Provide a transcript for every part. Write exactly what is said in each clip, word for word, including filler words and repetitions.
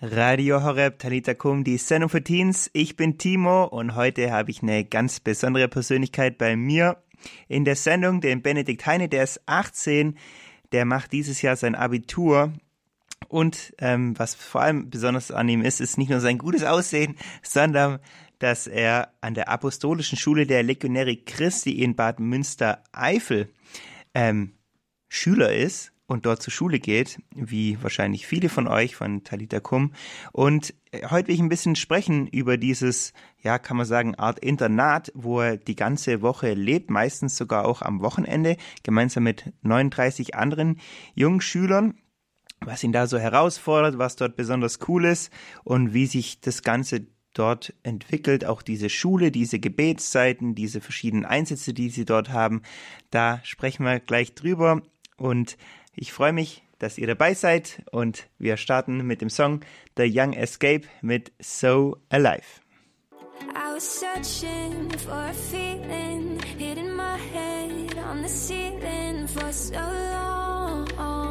Radio Horeb, Talita Kum, die Sendung für Teens. Ich bin Timo und heute habe ich eine ganz besondere Persönlichkeit bei mir in der Sendung, den Benedikt Heine, der ist achtzehn, der macht dieses Jahr sein Abitur und ähm, was vor allem besonders an ihm ist, ist nicht nur sein gutes Aussehen, sondern dass er an der Apostolischen Schule der Legionäre Christi in Bad Münstereifel ähm, Schüler ist und dort zur Schule geht, wie wahrscheinlich viele von euch von Talita Kum. Und heute will ich ein bisschen sprechen über dieses, ja, kann man sagen, Art Internat, wo er die ganze Woche lebt, meistens sogar auch am Wochenende, gemeinsam mit neununddreißig anderen jungen Schülern, was ihn da so herausfordert, was dort besonders cool ist und wie sich das Ganze dort entwickelt, auch diese Schule, diese Gebetszeiten, diese verschiedenen Einsätze, die sie dort haben. Da sprechen wir gleich drüber und ich freue mich, dass ihr dabei seid und wir starten mit dem Song The Young Escape mit So Alive. I was searching for a feeling, hitting my head on the ceiling for so long,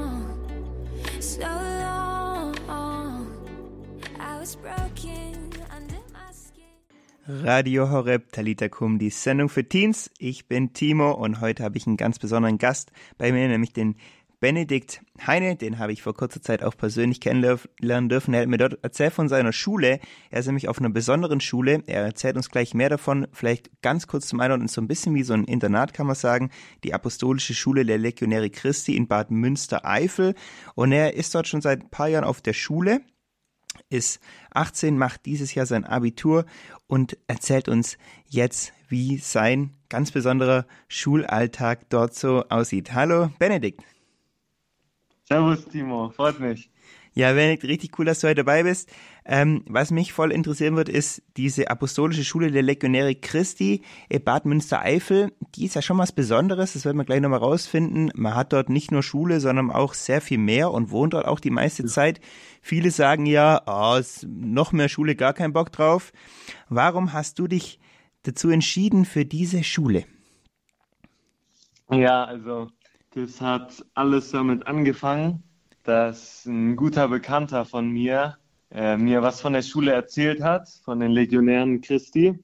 so long. I was broken under my skin. Radio Horeb, Talita Kum, die Sendung für Teens. Ich bin Timo und heute habe ich einen ganz besonderen Gast bei mir, nämlich den Benedikt Heine, den habe ich vor kurzer Zeit auch persönlich kennenlernen dürfen. Er hat mir dort erzählt von seiner Schule. Er ist nämlich auf einer besonderen Schule. Er erzählt uns gleich mehr davon. Vielleicht ganz kurz zum Einordnen, so ein bisschen wie so ein Internat, kann man sagen. Die Apostolische Schule der Legionäre Christi in Bad Münstereifel. Und er ist dort schon seit ein paar Jahren auf der Schule, ist achtzehn, macht dieses Jahr sein Abitur und erzählt uns jetzt, wie sein ganz besonderer Schulalltag dort so aussieht. Hallo, Benedikt. Servus Timo, freut mich. Ja, Benedikt, richtig cool, dass du heute dabei bist. Ähm, was mich voll interessieren wird, ist diese Apostolische Schule der Legionäre Christi in Bad Münstereifel. Die ist ja schon was Besonderes, das werden wir gleich nochmal rausfinden. Man hat dort nicht nur Schule, sondern auch sehr viel mehr und wohnt dort auch die meiste Zeit. Viele sagen ja, oh, ist noch mehr Schule, gar keinen Bock drauf. Warum hast du dich dazu entschieden für diese Schule? Ja, also das hat alles damit angefangen, dass ein guter Bekannter von mir äh, mir was von der Schule erzählt hat, von den Legionären Christi.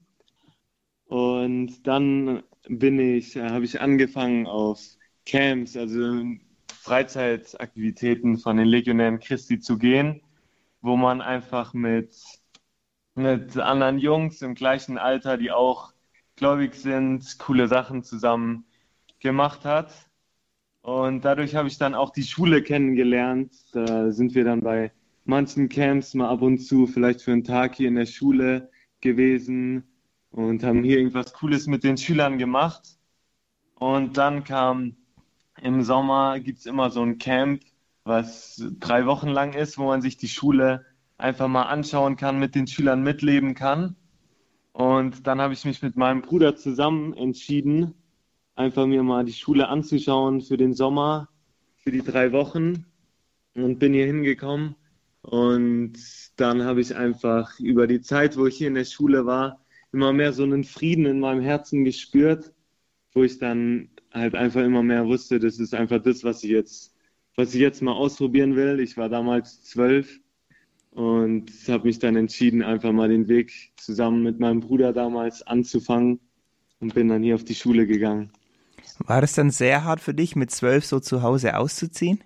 Und dann bin ich, äh, habe ich angefangen auf Camps, also Freizeitaktivitäten von den Legionären Christi zu gehen, wo man einfach mit, mit anderen Jungs im gleichen Alter, die auch gläubig sind, coole Sachen zusammen gemacht hat. Und dadurch habe ich dann auch die Schule kennengelernt. Da sind wir dann bei manchen Camps mal ab und zu vielleicht für einen Tag hier in der Schule gewesen und haben hier irgendwas Cooles mit den Schülern gemacht. Und dann kam im Sommer, gibt es immer so ein Camp, was drei Wochen lang ist, wo man sich die Schule einfach mal anschauen kann, mit den Schülern mitleben kann. Und dann habe ich mich mit meinem Bruder zusammen entschieden, einfach mir mal die Schule anzuschauen für den Sommer, für die drei Wochen und bin hier hingekommen. Und dann habe ich einfach über die Zeit, wo ich hier in der Schule war, immer mehr so einen Frieden in meinem Herzen gespürt, wo ich dann halt einfach immer mehr wusste, das ist einfach das, was ich jetzt, was ich jetzt mal ausprobieren will. Ich war damals zwölf und habe mich dann entschieden, einfach mal den Weg zusammen mit meinem Bruder damals anzufangen und bin dann hier auf die Schule gegangen. War das dann sehr hart für dich, mit zwölf so zu Hause auszuziehen?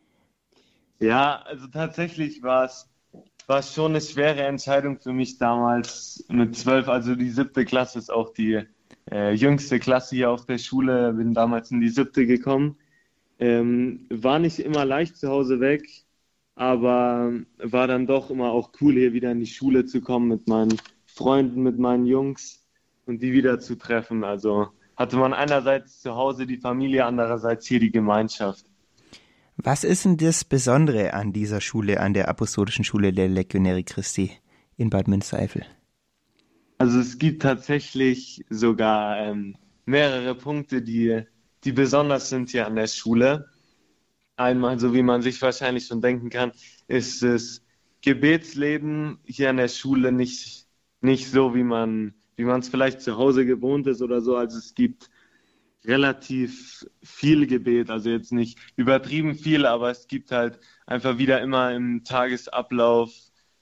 Ja, also tatsächlich war es war es schon eine schwere Entscheidung für mich damals mit zwölf. Also die siebte Klasse ist auch die äh, jüngste Klasse hier auf der Schule. Bin damals in die siebte gekommen. Ähm, war nicht immer leicht zu Hause weg, aber war dann doch immer auch cool, hier wieder in die Schule zu kommen mit meinen Freunden, mit meinen Jungs und die wieder zu treffen. Also hatte man einerseits zu Hause die Familie, andererseits hier die Gemeinschaft. Was ist denn das Besondere an dieser Schule, an der Apostolischen Schule der Legionäre Christi in Bad Münstereifel? Also es gibt tatsächlich sogar ähm, mehrere Punkte, die, die besonders sind hier an der Schule. Einmal, so wie man sich wahrscheinlich schon denken kann, ist das Gebetsleben hier an der Schule nicht, nicht so, wie man wie man es vielleicht zu Hause gewohnt ist oder so. Also es gibt relativ viel Gebet, also jetzt nicht übertrieben viel, aber es gibt halt einfach wieder immer im Tagesablauf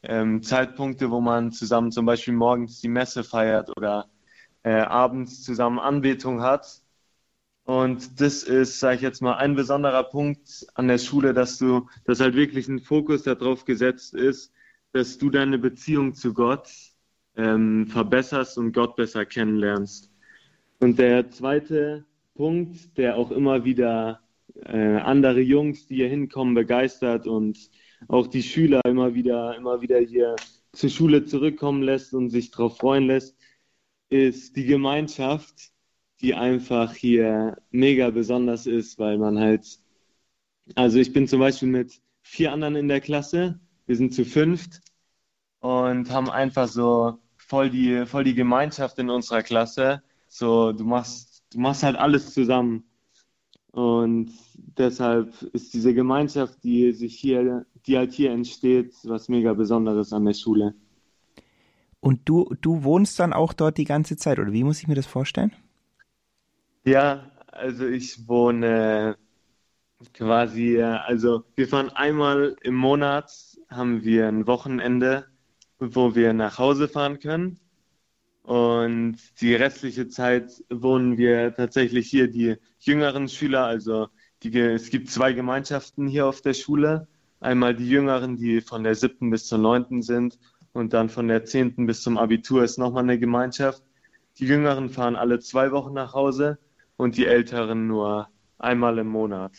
ähm, Zeitpunkte, wo man zusammen zum Beispiel morgens die Messe feiert oder äh, abends zusammen Anbetung hat. Und das ist, sage ich jetzt mal, ein besonderer Punkt an der Schule, dass du, dass halt wirklich ein Fokus darauf gesetzt ist, dass du deine Beziehung zu Gott ähm, verbesserst und Gott besser kennenlernst. Und der zweite Punkt, der auch immer wieder äh, andere Jungs, die hier hinkommen, begeistert und auch die Schüler immer wieder, immer wieder hier zur Schule zurückkommen lässt und sich darauf freuen lässt, ist die Gemeinschaft, die einfach hier mega besonders ist, weil man halt, also ich bin zum Beispiel mit vier anderen in der Klasse, wir sind zu fünft und haben einfach so voll die, voll die Gemeinschaft in unserer Klasse. So, du machst, du machst halt alles zusammen. Und deshalb ist diese Gemeinschaft, die sich hier, die halt hier entsteht, was mega Besonderes an der Schule. Und du, du wohnst dann auch dort die ganze Zeit, oder wie muss ich mir das vorstellen? Ja, also ich wohne quasi, äh, also wir fahren einmal im Monat, haben wir ein Wochenende, wo wir nach Hause fahren können. Und die restliche Zeit wohnen wir tatsächlich hier, die jüngeren Schüler, also die, es gibt zwei Gemeinschaften hier auf der Schule. Einmal die Jüngeren, die von der siebten bis zur neunten sind und dann von der zehnten bis zum Abitur ist nochmal eine Gemeinschaft. Die Jüngeren fahren alle zwei Wochen nach Hause und die Älteren nur einmal im Monat.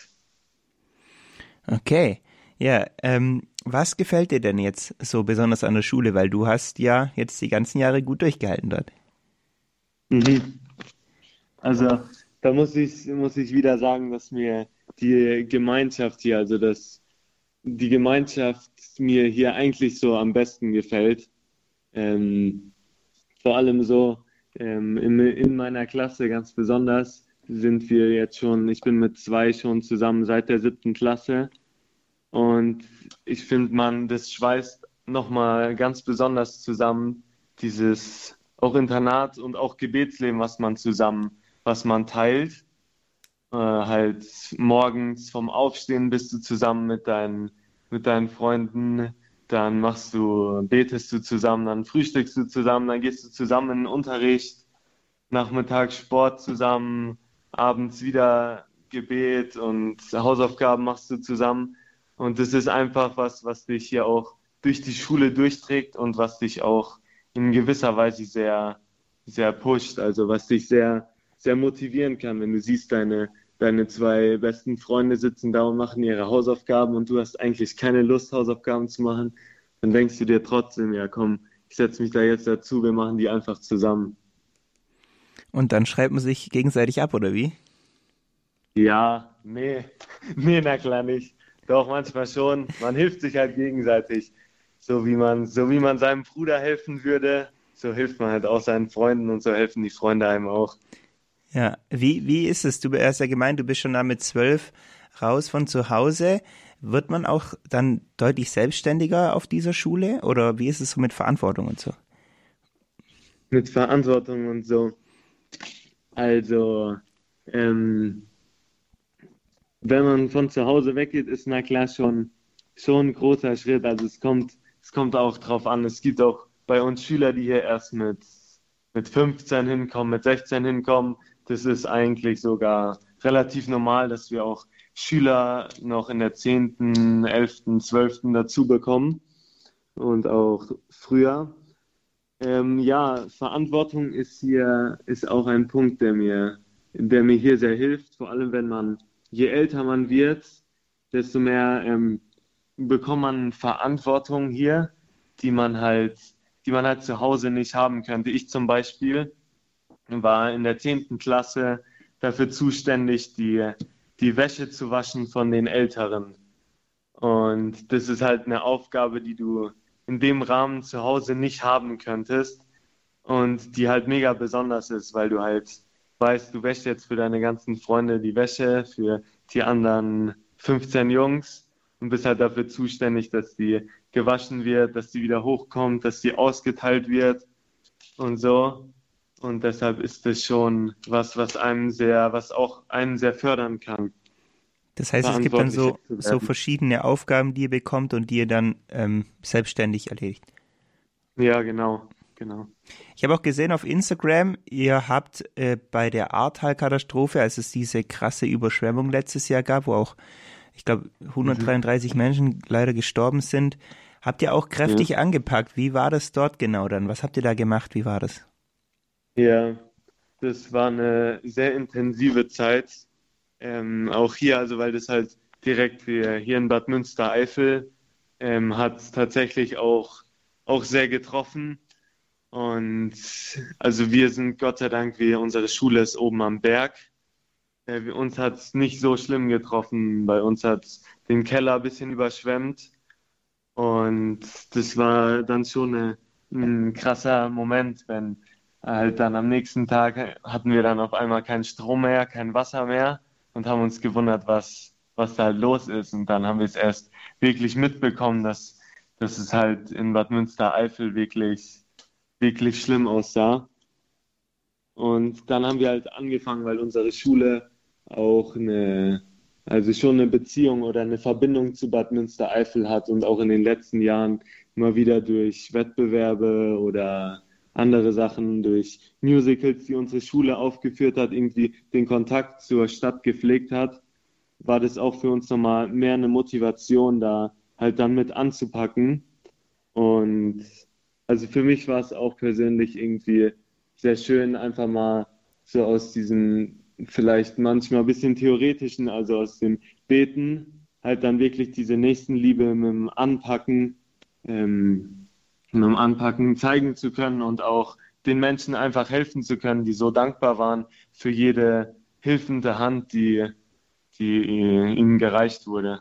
Okay, ja, ähm, was gefällt dir denn jetzt so besonders an der Schule? Weil du hast ja jetzt die ganzen Jahre gut durchgehalten dort. Mhm. Also da muss ich, muss ich wieder sagen, dass mir die Gemeinschaft hier, also dass die Gemeinschaft mir hier eigentlich so am besten gefällt. Ähm, vor allem so ähm, in, in meiner Klasse ganz besonders sind wir jetzt schon, ich bin mit zwei schon zusammen seit der siebten Klasse. Und ich finde, man, das schweißt nochmal ganz besonders zusammen, dieses auch Internat und auch Gebetsleben, was man zusammen, was man teilt. Äh, halt morgens vom Aufstehen bist du zusammen mit deinen, mit deinen Freunden, dann machst du, betest du zusammen, dann frühstückst du zusammen, dann gehst du zusammen in den Unterricht, nachmittags Sport zusammen, abends wieder Gebet und Hausaufgaben machst du zusammen. Und das ist einfach was, was dich hier auch durch die Schule durchträgt und was dich auch in gewisser Weise sehr, sehr pusht. Also was dich sehr, sehr motivieren kann, wenn du siehst, deine, deine zwei besten Freunde sitzen da und machen ihre Hausaufgaben und du hast eigentlich keine Lust, Hausaufgaben zu machen, dann denkst du dir trotzdem, ja komm, ich setze mich da jetzt dazu, wir machen die einfach zusammen. Und dann schreibt man sich gegenseitig ab, oder wie? Ja, nee, nee, na klar nicht. Doch, manchmal schon. Man hilft sich halt gegenseitig. So wie man, so wie man seinem Bruder helfen würde, so hilft man halt auch seinen Freunden und so helfen die Freunde einem auch. Ja, wie, wie ist es? Du hast ja gemeint, du bist schon da mit zwölf raus von zu Hause. Wird man auch dann deutlich selbstständiger auf dieser Schule? Oder wie ist es so mit Verantwortung und so? Mit Verantwortung und so. Also, ähm, wenn man von zu Hause weggeht, ist na klar schon, schon ein großer Schritt. Also es kommt, es kommt auch drauf an. Es gibt auch bei uns Schüler, die hier erst mit, mit fünfzehn hinkommen, mit sechzehn hinkommen. Das ist eigentlich sogar relativ normal, dass wir auch Schüler noch in der zehnten, elften, zwölften dazu bekommen und auch früher. Ähm, ja, Verantwortung ist hier, ist auch ein Punkt, der mir, der mir hier sehr hilft, vor allem wenn man je älter man wird, desto mehr ähm, bekommt man Verantwortung hier, die man halt, die man halt zu Hause nicht haben könnte. Ich zum Beispiel war in der zehnten Klasse dafür zuständig, die, die Wäsche zu waschen von den Älteren. Und das ist halt eine Aufgabe, die du in dem Rahmen zu Hause nicht haben könntest und die halt mega besonders ist, weil du halt weißt, du wäschst jetzt für deine ganzen Freunde die Wäsche, für die anderen fünfzehn Jungs und bist halt dafür zuständig, dass die gewaschen wird, dass die wieder hochkommt, dass die ausgeteilt wird und so. Und deshalb ist das schon was, was einem sehr, was auch einen sehr fördern kann. Das heißt, es gibt dann so, so verschiedene Aufgaben, die ihr bekommt und die ihr dann ähm, selbstständig erledigt. Ja, genau, genau. Ich habe auch gesehen auf Instagram, ihr habt äh, bei der Ahrtal-Katastrophe, als es diese krasse Überschwemmung letztes Jahr gab, wo auch, ich glaube, hundertdreiunddreißig mhm. Menschen leider gestorben sind, habt ihr auch kräftig ja. angepackt. Wie war das dort genau dann? Was habt ihr da gemacht? Wie war das? Ja, das war eine sehr intensive Zeit. Ähm, auch hier, also weil das halt direkt wie hier in Bad Münstereifel ähm, hat es tatsächlich auch, auch sehr getroffen. Und also wir sind Gott sei Dank, wie unsere Schule ist oben am Berg. Äh, uns hat es nicht so schlimm getroffen. Bei uns hat es den Keller ein bisschen überschwemmt. Und das war dann schon eine, ein krasser Moment, wenn halt dann am nächsten Tag hatten wir dann auf einmal keinen Strom mehr, kein Wasser mehr und haben uns gewundert, was, was da halt los ist. Und dann haben wir es erst wirklich mitbekommen, dass, dass es halt in Bad Münstereifel wirklich, wirklich schlimm aussah. Und dann haben wir halt angefangen, weil unsere Schule auch eine, also schon eine Beziehung oder eine Verbindung zu Bad Münstereifel hat und auch in den letzten Jahren immer wieder durch Wettbewerbe oder andere Sachen, durch Musicals, die unsere Schule aufgeführt hat, irgendwie den Kontakt zur Stadt gepflegt hat, war das auch für uns nochmal mehr eine Motivation, da halt dann mit anzupacken. Und also für mich war es auch persönlich irgendwie sehr schön, einfach mal so aus diesem vielleicht manchmal ein bisschen theoretischen, also aus dem Beten, halt dann wirklich diese Nächstenliebe mit dem Anpacken, ähm, mit dem Anpacken zeigen zu können und auch den Menschen einfach helfen zu können, die so dankbar waren für jede hilfende Hand, die, die ihnen gereicht wurde.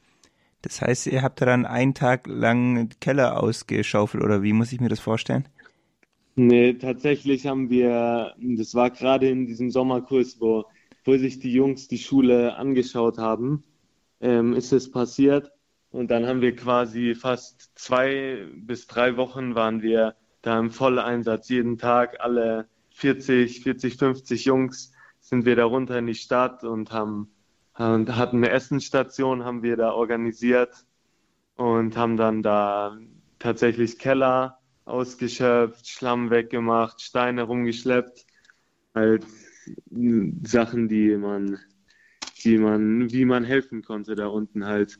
Das heißt, ihr habt da dann einen Tag lang den Keller ausgeschaufelt oder wie muss ich mir das vorstellen? Nee, tatsächlich haben wir, das war gerade in diesem Sommerkurs, wo, wo sich die Jungs die Schule angeschaut haben, ähm, ist es passiert. Und dann haben wir quasi fast zwei bis drei Wochen waren wir da im Volleinsatz. Jeden Tag alle vierzig, vierzig, fünfzig Jungs sind wir da runter in die Stadt und haben und hatten eine Essensstation, haben wir da organisiert und haben dann da tatsächlich Keller ausgeschöpft, Schlamm weggemacht, Steine rumgeschleppt, halt Sachen, die man, die man, wie man helfen konnte da unten halt.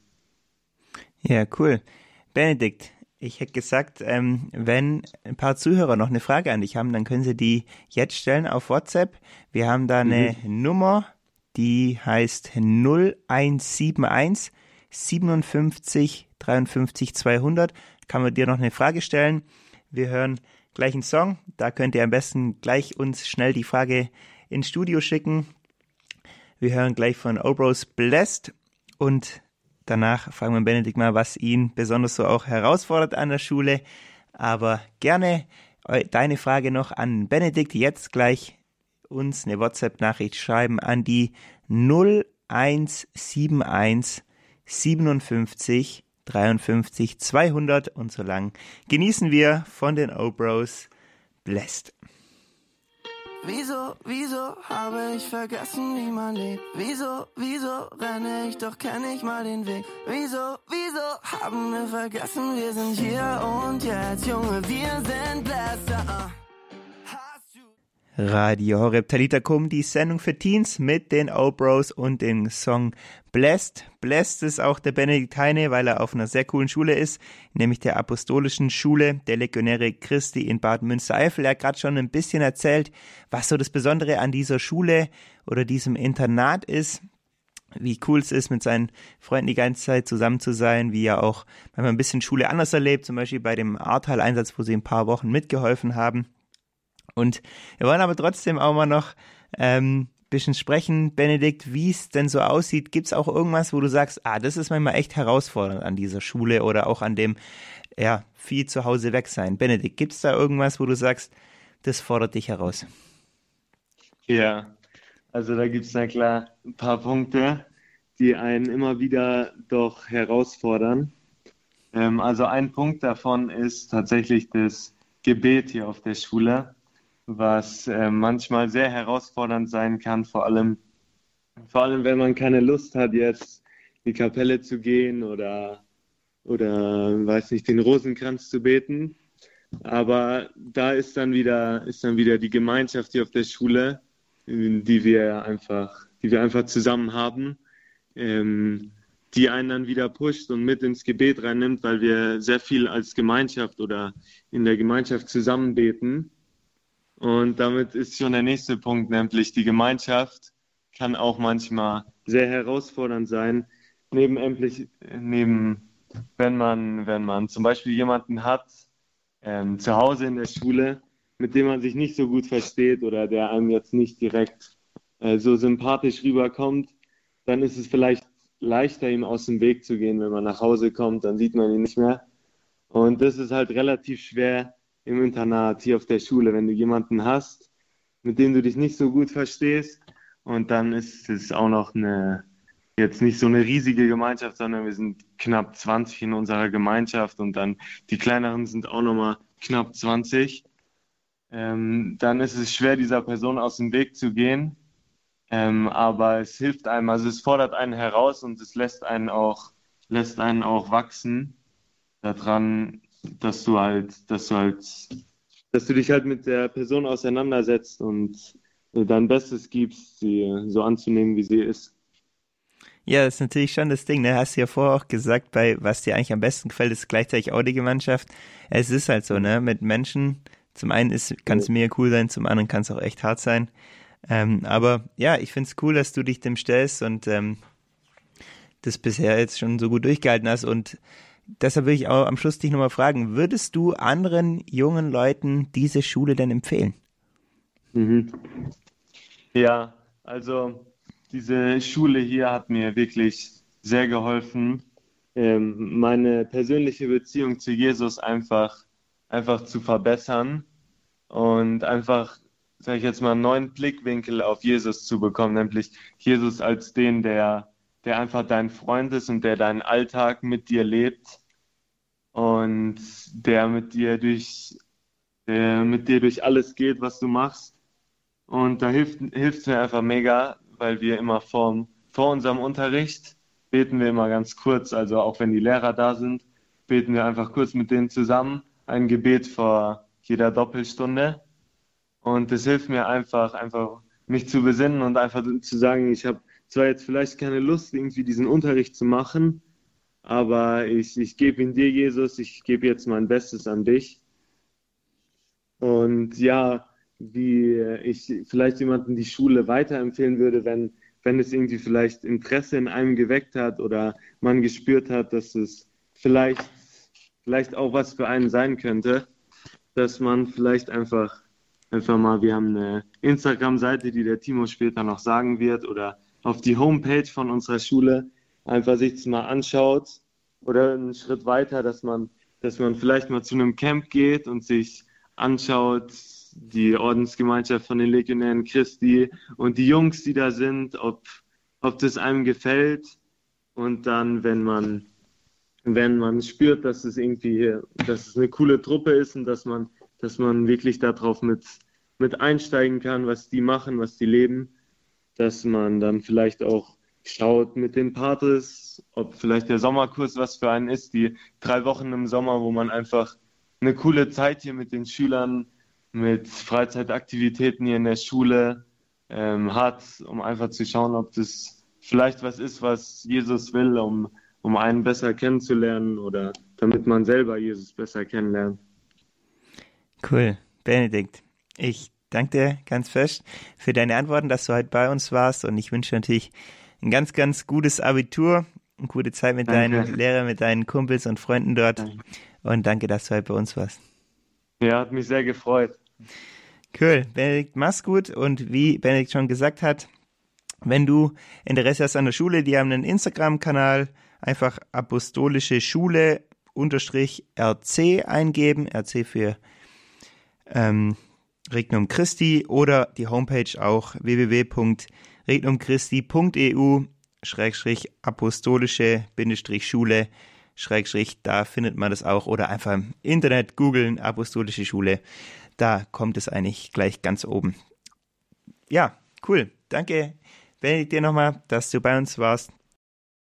Ja, cool. Benedikt, ich hätte gesagt, ähm, wenn ein paar Zuhörer noch eine Frage an dich haben, dann können sie die jetzt stellen auf WhatsApp. Wir haben da eine mhm. Nummer, die heißt null eins sieben eins siebenundfünfzig dreiundfünfzig zweihundert. Kann man dir noch eine Frage stellen? Wir hören gleich einen Song. Da könnt ihr am besten gleich uns schnell die Frage ins Studio schicken. Wir hören gleich von Obros Blessed und danach fragen wir Benedikt mal, was ihn besonders so auch herausfordert an der Schule. Aber gerne deine Frage noch an Benedikt. Jetzt gleich uns eine WhatsApp-Nachricht schreiben an die null eins sieben eins siebenundfünfzig dreiundfünfzig zweihundert und so lang genießen wir von den Obros Blessed. Wieso, wieso habe ich vergessen, wie man lebt? Wieso, wieso renne ich, doch kenne ich mal den Weg? Wieso, wieso haben wir vergessen, wir sind hier und jetzt, Junge, wir sind Bläster. Uh. Radio Horeb Talita Kum, die Sendung für Teens mit den Obros und dem Song Blessed. Blessed ist auch der Benedikt Heine, weil er auf einer sehr coolen Schule ist, nämlich der Apostolischen Schule der Legionäre Christi in Bad Münstereifel. Er hat gerade schon ein bisschen erzählt, was so das Besondere an dieser Schule oder diesem Internat ist, wie cool es ist, mit seinen Freunden die ganze Zeit zusammen zu sein, wie er auch manchmal ein bisschen Schule anders erlebt, zum Beispiel bei dem Ahrtal-Einsatz, wo sie ein paar Wochen mitgeholfen haben. Und wir wollen aber trotzdem auch mal noch ähm, ein bisschen sprechen, Benedikt, wie es denn so aussieht. Gibt es auch irgendwas, wo du sagst, ah, das ist manchmal echt herausfordernd an dieser Schule oder auch an dem, ja, viel zu Hause weg sein? Benedikt, gibt es da irgendwas, wo du sagst, das fordert dich heraus? Ja, also da gibt es na klar ein paar Punkte, die einen immer wieder doch herausfordern. Ähm, also ein Punkt davon ist tatsächlich das Gebet hier auf der Schule, was äh, manchmal sehr herausfordernd sein kann, vor allem Vor allem, wenn man keine Lust hat, jetzt in die Kapelle zu gehen oder, oder weiß nicht, den Rosenkranz zu beten. Aber da ist dann wieder, ist dann wieder die Gemeinschaft hier auf der Schule, die wir einfach, die wir einfach zusammen haben, ähm, die einen dann wieder pusht und mit ins Gebet reinnimmt, weil wir sehr viel als Gemeinschaft oder in der Gemeinschaft zusammen beten. Und damit ist schon der nächste Punkt, nämlich die Gemeinschaft kann auch manchmal sehr herausfordernd sein, neben, neben wenn man, wenn man zum Beispiel jemanden hat, ähm, zu Hause in der Schule, mit dem man sich nicht so gut versteht oder der einem jetzt nicht direkt äh, so sympathisch rüberkommt, dann ist es vielleicht leichter, ihm aus dem Weg zu gehen. Wenn man nach Hause kommt, dann sieht man ihn nicht mehr. Und das ist halt relativ schwer im Internat, hier auf der Schule, wenn du jemanden hast, mit dem du dich nicht so gut verstehst. Und dann ist es auch noch eine, jetzt nicht so eine riesige Gemeinschaft, sondern wir sind knapp zwanzig in unserer Gemeinschaft und dann die kleineren sind auch nochmal knapp zwanzig. Ähm, dann ist es schwer, dieser Person aus dem Weg zu gehen. Ähm, aber es hilft einem, also es fordert einen heraus und es lässt einen auch, lässt einen auch wachsen daran, dass du halt, dass du halt, dass du dich halt mit der Person auseinandersetzt und dein Bestes gibst, sie so anzunehmen, wie sie ist. Ja, das ist natürlich schon das Ding, ne? Hast du ja vorher auch gesagt, bei was dir eigentlich am besten gefällt, ist gleichzeitig auch die Gemeinschaft. Es ist halt so, ne? Mit Menschen, zum einen kann es mega cool sein, zum anderen kann es auch echt hart sein. Ähm, aber ja, ich finde es cool, dass du dich dem stellst und ähm, das bisher jetzt schon so gut durchgehalten hast. Und deshalb will ich auch am Schluss dich nochmal fragen, würdest du anderen jungen Leuten diese Schule denn empfehlen? Mhm. Ja, also diese Schule hier hat mir wirklich sehr geholfen, ähm, meine persönliche Beziehung zu Jesus einfach, einfach zu verbessern und einfach, sage ich jetzt mal, einen neuen Blickwinkel auf Jesus zu bekommen, nämlich Jesus als den, der, der einfach dein Freund ist und der deinen Alltag mit dir lebt und der mit dir durch, der mit dir durch alles geht, was du machst. Und da hilft hilft mir einfach mega, weil wir immer vor, vor unserem Unterricht beten wir immer ganz kurz, also auch wenn die Lehrer da sind, beten wir einfach kurz mit denen zusammen ein Gebet vor jeder Doppelstunde. Und das hilft mir einfach, einfach mich zu besinnen und einfach zu sagen, ich habe zwar jetzt vielleicht keine Lust, irgendwie diesen Unterricht zu machen, aber ich, ich gebe ihn dir, Jesus, ich gebe jetzt mein Bestes an dich. Und ja, wie ich vielleicht jemandem die Schule weiterempfehlen würde, wenn, wenn es irgendwie vielleicht Interesse in einem geweckt hat oder man gespürt hat, dass es vielleicht, vielleicht auch was für einen sein könnte, dass man vielleicht einfach, einfach mal, wir haben eine Instagram-Seite, die der Timo später noch sagen wird, oder auf die Homepage von unserer Schule einfach sich das mal anschaut oder einen Schritt weiter, dass man, dass man vielleicht mal zu einem Camp geht und sich anschaut, die Ordensgemeinschaft von den Legionären Christi und die Jungs, die da sind, ob, ob das einem gefällt. Und dann, wenn man, wenn man spürt, dass es irgendwie, dass es eine coole Truppe ist und dass man, dass man wirklich darauf mit, mit einsteigen kann, was die machen, was die leben, dass man dann vielleicht auch schaut mit den Patres, ob vielleicht der Sommerkurs was für einen ist, die drei Wochen im Sommer, wo man einfach eine coole Zeit hier mit den Schülern mit Freizeitaktivitäten hier in der Schule ähm, hat, um einfach zu schauen, ob das vielleicht was ist, was Jesus will, um, um einen besser kennenzulernen oder damit man selber Jesus besser kennenlernt. Cool. Benedikt, ich danke dir ganz fest für deine Antworten, dass du heute bei uns warst und ich wünsche natürlich ein ganz, ganz gutes Abitur, eine gute Zeit mit danke. deinen Lehrern, mit deinen Kumpels und Freunden dort danke. Und danke, dass du heute bei uns warst. Ja, hat mich sehr gefreut. Cool. Benedikt, mach's gut. Und wie Benedikt schon gesagt hat, wenn du Interesse hast an der Schule, die haben einen Instagram-Kanal, einfach apostolische Schule unterstrich R C eingeben, R C für ähm, Regnum Christi oder die Homepage auch w w w punkt regnum christi punkt e u schrägstrich apostolische Bindestrich Schule Schrägstrich, da findet man das auch oder einfach im Internet googeln, apostolische Schule, da kommt es eigentlich gleich ganz oben. Ja, cool. Danke, Benedikt, dir nochmal, dass du bei uns warst.